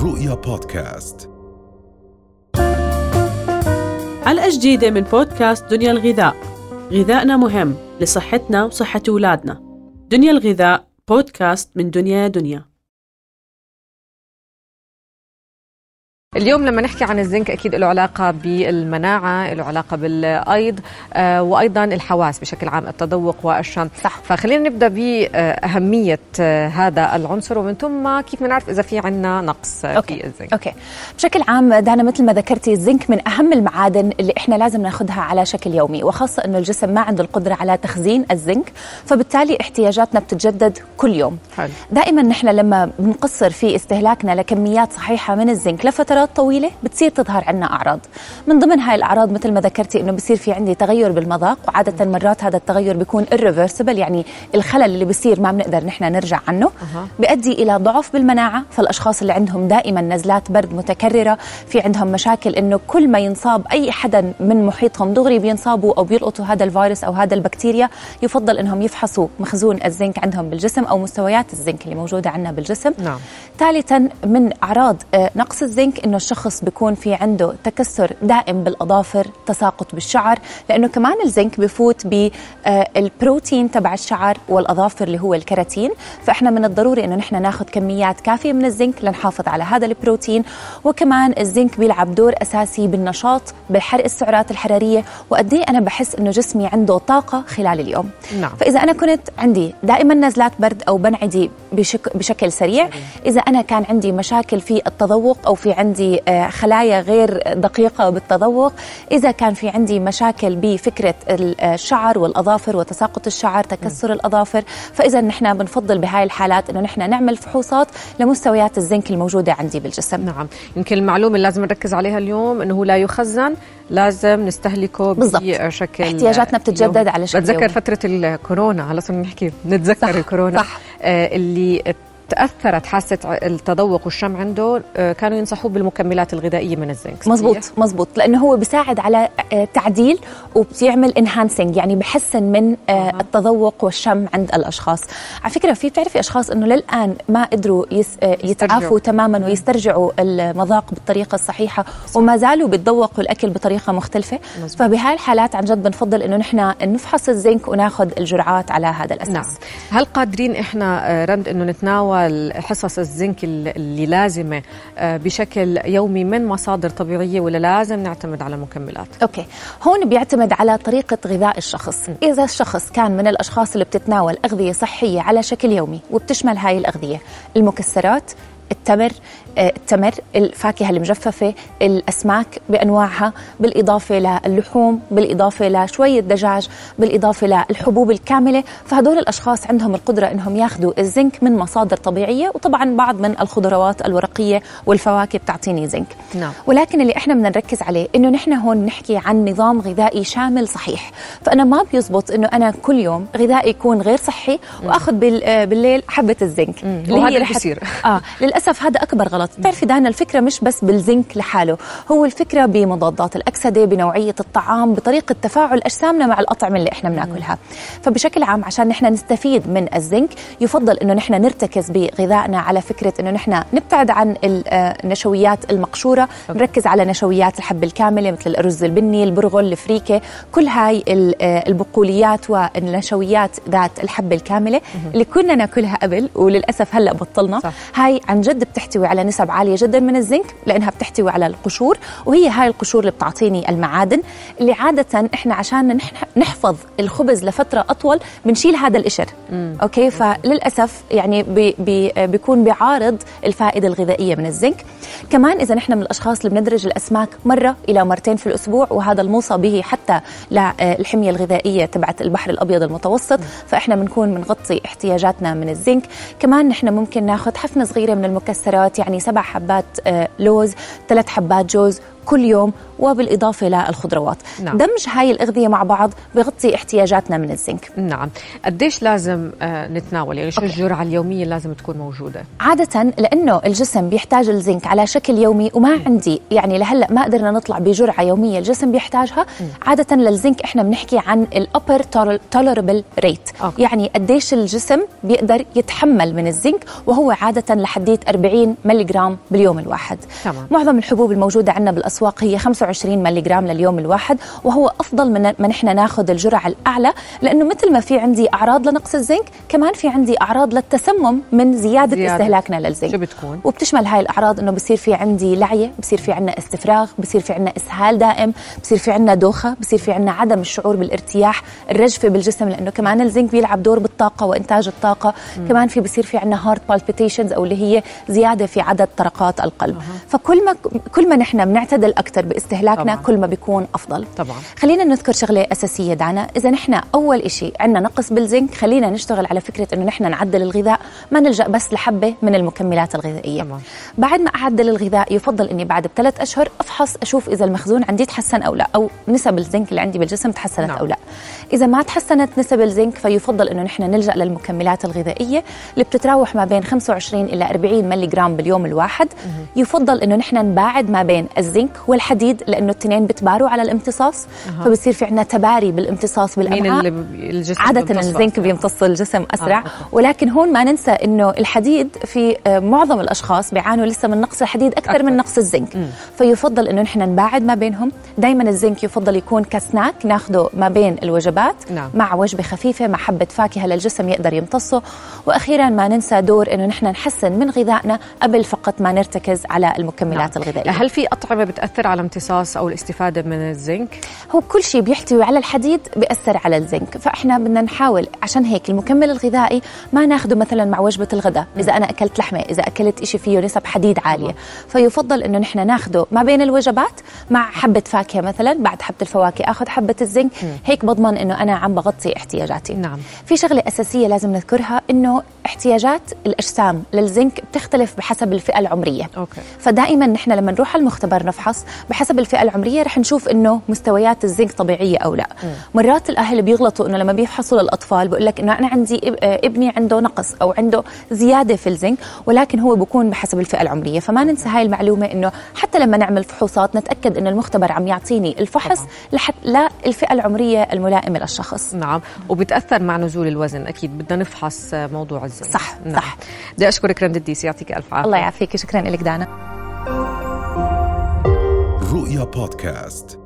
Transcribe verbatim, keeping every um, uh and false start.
رؤيا بودكاست. حلقة جديدة من بودكاست دنيا الغذاء. غذائنا مهم لصحتنا وصحة أولادنا. دنيا الغذاء بودكاست من دنيا دنيا. اليوم لما نحكي عن الزنك أكيد له علاقة بالمناعة، له علاقة بالأيض آه، وأيضا الحواس بشكل عام، التذوق والشم. صح. فخلينا نبدأ بأهمية آه، هذا العنصر، ومن ثم كيف نعرف إذا في عنا نقص أوكي. في الزنك. أوكي. بشكل عام دانا، مثل ما ذكرتي، الزنك من أهم المعادن اللي إحنا لازم ناخدها على شكل يومي، وخاصة إنه الجسم ما عنده القدرة على تخزين الزنك، فبالتالي احتياجاتنا بتتجدد كل يوم. حل. دائما نحن لما بنقصر في استهلاكنا لكميات صحيحة من الزنك لفترات طويلة بتصير تظهر عنا أعراض. من ضمن هاي الأعراض مثل ما ذكرتي إنه بصير في عندي تغير بالمذاق، وعادة مرات هذا التغير بيكون irreversible، يعني الخلل اللي بصير ما بنقدر نحن نرجع عنه. أه. بيؤدي إلى ضعف بالمناعة، فالأشخاص اللي عندهم دائما نزلات برد متكررة، في عندهم مشاكل إنه كل ما ينصاب أي حدا من محيطهم دغري بينصابوا أو بيلقطوا هذا الفيروس أو هذا البكتيريا، يفضل إنهم يفحصوا مخزون الزنك عندهم بالجسم أو مستويات الزنك اللي موجودة عندنا بالجسم. نعم. ثالثا من أعراض نقص الزنك إنه الشخص بيكون في عنده تكسر دائم بالأظافر، تساقط بالشعر، لأنه كمان الزنك بفوت بالبروتين تبع الشعر والأظافر اللي هو الكيراتين، فإحنا من الضروري إنه نحن ناخذ كميات كافية من الزنك لنحافظ على هذا البروتين. وكمان الزنك بيلعب دور أساسي بالنشاط، بحرق السعرات الحرارية، وقد ايه أنا بحس إنه جسمي عنده طاقة خلال اليوم. نعم. فإذا أنا كنت عندي دائما نزلات برد أو بنعدي بشك بشكل سريع، إذا أنا كان عندي مشاكل في التذوق أو في عندي خلايا غير دقيقة بالتذوق، إذا كان في عندي مشاكل بفكرة الشعر والأظافر وتساقط الشعر، تكسر الأظافر، فإذا نحن بنفضل بهاي الحالات إنه نحن نعمل فحوصات لمستويات الزنك الموجودة عندي بالجسم. نعم. يمكن المعلومة اللي لازم نركز عليها اليوم إنه هو لا يخزن، لازم نستهلكه بشكل احتياجاتنا بتتجدد يوم. على شكل بتذكر فترة الكورونا، هلا صرنا نحكي نتذكر الكورونا. صح. آه اللي تأثرت حاسة التذوق والشم عنده، كانوا ينصحوه بالمكملات الغذائية من الزنك. مزبوط مزبوط، لأنه هو بيساعد على تعديل وبيعمل انهانسنج، يعني بحسن من أه. التذوق والشم عند الأشخاص. على فكرة في بتعرفي أشخاص إنه للآن ما قدروا يس... يتعافوا تماما ويسترجعوا المذاق بالطريقة الصحيحة، وما زالوا بيتذوقوا الأكل بطريقة مختلفة. مزبوط. فبهاي الحالات عن جد بنفضل إنه نحن نفحص الزنك وناخذ الجرعات على هذا الأساس. نعم. هل قادرين إحنا رند إنه نتناول حصص الزنك اللي لازمة بشكل يومي من مصادر طبيعية، ولا لازم نعتمد على مكملات؟ أوكي، هون بيعتمد على طريقة غذاء الشخص. م. إذا الشخص كان من الأشخاص اللي بتتناول أغذية صحية على شكل يومي وبتشمل هاي الأغذية المكسرات، التمر التمر الفاكهة المجففة، الأسماك بأنواعها، بالإضافة للحوم، بالإضافة لشوية دجاج، بالإضافة للحبوب الكاملة، فهدول الأشخاص عندهم القدرة إنهم ياخذوا الزنك من مصادر طبيعية، وطبعا بعض من الخضروات الورقية والفواكه بتعطيني زنك. نعم. ولكن اللي إحنا بدنا نركز عليه إنه نحن هون نحكي عن نظام غذائي شامل صحيح، فأنا ما بيزبط إنه أنا كل يوم غذائي يكون غير صحي وأخذ بالليل حبة الزنك. اللي هي رح يصير. آه للأسف هذا أكبر غلط. بتعرفي دانا، الفكرة مش بس بالزنك لحاله، هو الفكرة بمضادات الأكسدة، بنوعية الطعام، بطريقة تفاعل أجسامنا مع الأطعمة اللي إحنا بناكلها. فبشكل عام عشان نحن نستفيد من الزنك يفضل إنه نحن نرتكز بغذائنا على فكرة إنه نحن نبتعد عن النشويات المقشورة، نركز على نشويات الحب الكاملة مثل الأرز البني، البرغل، الفريكة، كل هاي البقوليات والنشويات ذات الحب الكاملة اللي كنا ناكلها قبل وللأسف هلأ بطلنا. صح. هاي عن جد بتحتوي على نسب عالية جدا من الزنك، لأنها بتحتوي على القشور، وهي هاي القشور اللي بتعطيني المعادن اللي عادة إحنا عشان نحفظ الخبز لفترة أطول بنشيل هذا القشر. مم. أوكي، فللأسف يعني بي بي بيكون بيعارض الفائدة الغذائية من الزنك. كمان إذا نحن من الأشخاص اللي بندرج الأسماك مرة إلى مرتين في الأسبوع، وهذا الموصى به حتى للحمية الغذائية تبعت البحر الأبيض المتوسط، مم. فإحنا بنكون بنغطي احتياجاتنا من الزنك. كمان نحن ممكن ناخذ حفنة صغيرة من المكسرات، يعني سبع حبات لوز، ثلاث حبات جوز كل يوم، وبالإضافة للخضروات. نعم. دمج هاي الأغذية مع بعض بيغطي احتياجاتنا من الزنك. نعم. قديش لازم آه نتناول؟ يعني شو الجرعة اليومية لازم تكون موجودة؟ عادة لأنه الجسم بيحتاج الزنك على شكل يومي، وما م. عندي يعني لهلأ ما قدرنا نطلع بجرعة يومية الجسم بيحتاجها. م. عادة للزنك إحنا بنحكي عن الأبر tolerable rate، أوكي. يعني قديش الجسم بيقدر يتحمل من الزنك، وهو عادة لحديت أربعين ملي جرام باليوم الواحد. تمام. معظم الحبوب الموجودة عندنا بالأسواق هي خمسة وعشرين ملي جرام لليوم الواحد، وهو أفضل من ما نحن ناخذ الجرعة الأعلى، لأنه مثل ما في عندي أعراض لنقص الزنك كمان في عندي أعراض للتسمم من زيادة, زيادة. استهلاكنا للزنك. شو بتكون؟ وبتشمل هاي الأعراض إنه بصير في عندي لعية، بصير في عندنا استفراغ، بصير في عندنا إسهال دائم، بصير في عندنا دوخة، بصير في عندنا عدم الشعور بالارتياح، الرجفة بالجسم، لأنه كمان الزنك بيلعب دور بالطاقة وإنتاج الطاقة. م. كمان في بصير في عندنا هارت بالبيتيشنز أو اللي هي زيادة في عدد طرقات القلب. أه. فكل ما كل ما نحن بنعتدل أكثر باستهلاكنا طبعا. كل ما بيكون أفضل. طبعا. خلينا نذكر شغلة أساسية دعنا، إذا نحن أول إشي عندنا نقص بالزنك خلينا نشتغل على فكرة إنه نحن نعدل الغذاء، ما نلجأ بس لحبة من المكملات الغذائية. طبعا. بعد ما أعدل الغذاء يفضل إني بعد بثلاث أشهر أفحص أشوف إذا المخزون عندي تحسن أو لا، أو نسب الزنك اللي عندي بالجسم تحسنت نعم. أو لا. إذا ما تحسنت نسب الزنك فيفضل إنه نحن نلجأ للمكملات الغذائية اللي بتتراوح ما بين خمسة وعشرين إلى أربعين ملي جرام باليوم الواحد. مه. يفضل إنه نحن نباعد ما بين الزنك والحديد لأنه الاثنين بتباروا على الامتصاص. أه. فبصير في عندنا تباري بالامتصاص بالأمعاء. الجسم عادة الزنك بيمتص الجسم أسرع. آه. ولكن هون ما ننسى إنه الحديد في معظم الأشخاص بيعانوا لسه من نقص الحديد أكثر, أكثر. من نقص الزنك. م. فيفضل إنه نحن نباعد ما بينهم. دايما الزنك يفضل يكون كسناك ناخده ما بين الوجبات. نعم. مع وجبة خفيفة مع حبة فاكهة للجسم يقدر يمتصه. وأخيرا ما ننسى دور إنه نحن نحسن من غذائنا قبل فقط ما نرتكز على المكملات نعم. الغذائية. هل في أطعمة بتأثر على امتصاص أو الاستفادة من الزنك؟ هو كل شيء بيحتوي على الحديد بيأثر على الزنك، فإحنا بدنا نحاول عشان هيك المكمل الغذائي ما ناخده مثلا مع وجبة الغداء. إذا أنا أكلت لحمة، إذا أكلت إشي فيه نسب حديد عالية، فيفضل إنه نحن ناخده ما بين الوجبات مع حبة فاكهة مثلا. بعد حبة الفواكه أخذ حبة الزنك. م. هيك بضمن إنه أنا عم بغطي احتياجاتي. نعم. في شغلة أساسية لازم نذكرها، إنه احتياجات الأجسام للزنك بتختلف بحسب الفئة العمرية. أوكي. فدائما نحن لما نروح على المختبر نفحص بحسب الفئة العمرية رح نشوف إنه مستويات الزنك طبيعية أو لا. م. مرات الأهل بيغلطوا إنه لما بيفحصوا للأطفال بقول لك إنه أنا عندي ابني عنده نقص أو عنده زيادة في الزنك، ولكن هو بيكون بحسب الفئة العمرية. فما ننسى هاي المعلومة، إنه حتى لما نعمل فحوصات نتأكد إن المختبر عم يعطيني الفحص لحتى لا الفئة العمرية الملائمة للشخص. نعم. وبتأثر مع نزول الوزن أكيد، بدنا نفحص موضوع الزنك. صح. نعم. صح. بدي أشكرك رند الديسي، يعطيك ألف عافية. الله يعافيك، شكرا لك دانا. رؤيا بودكاست.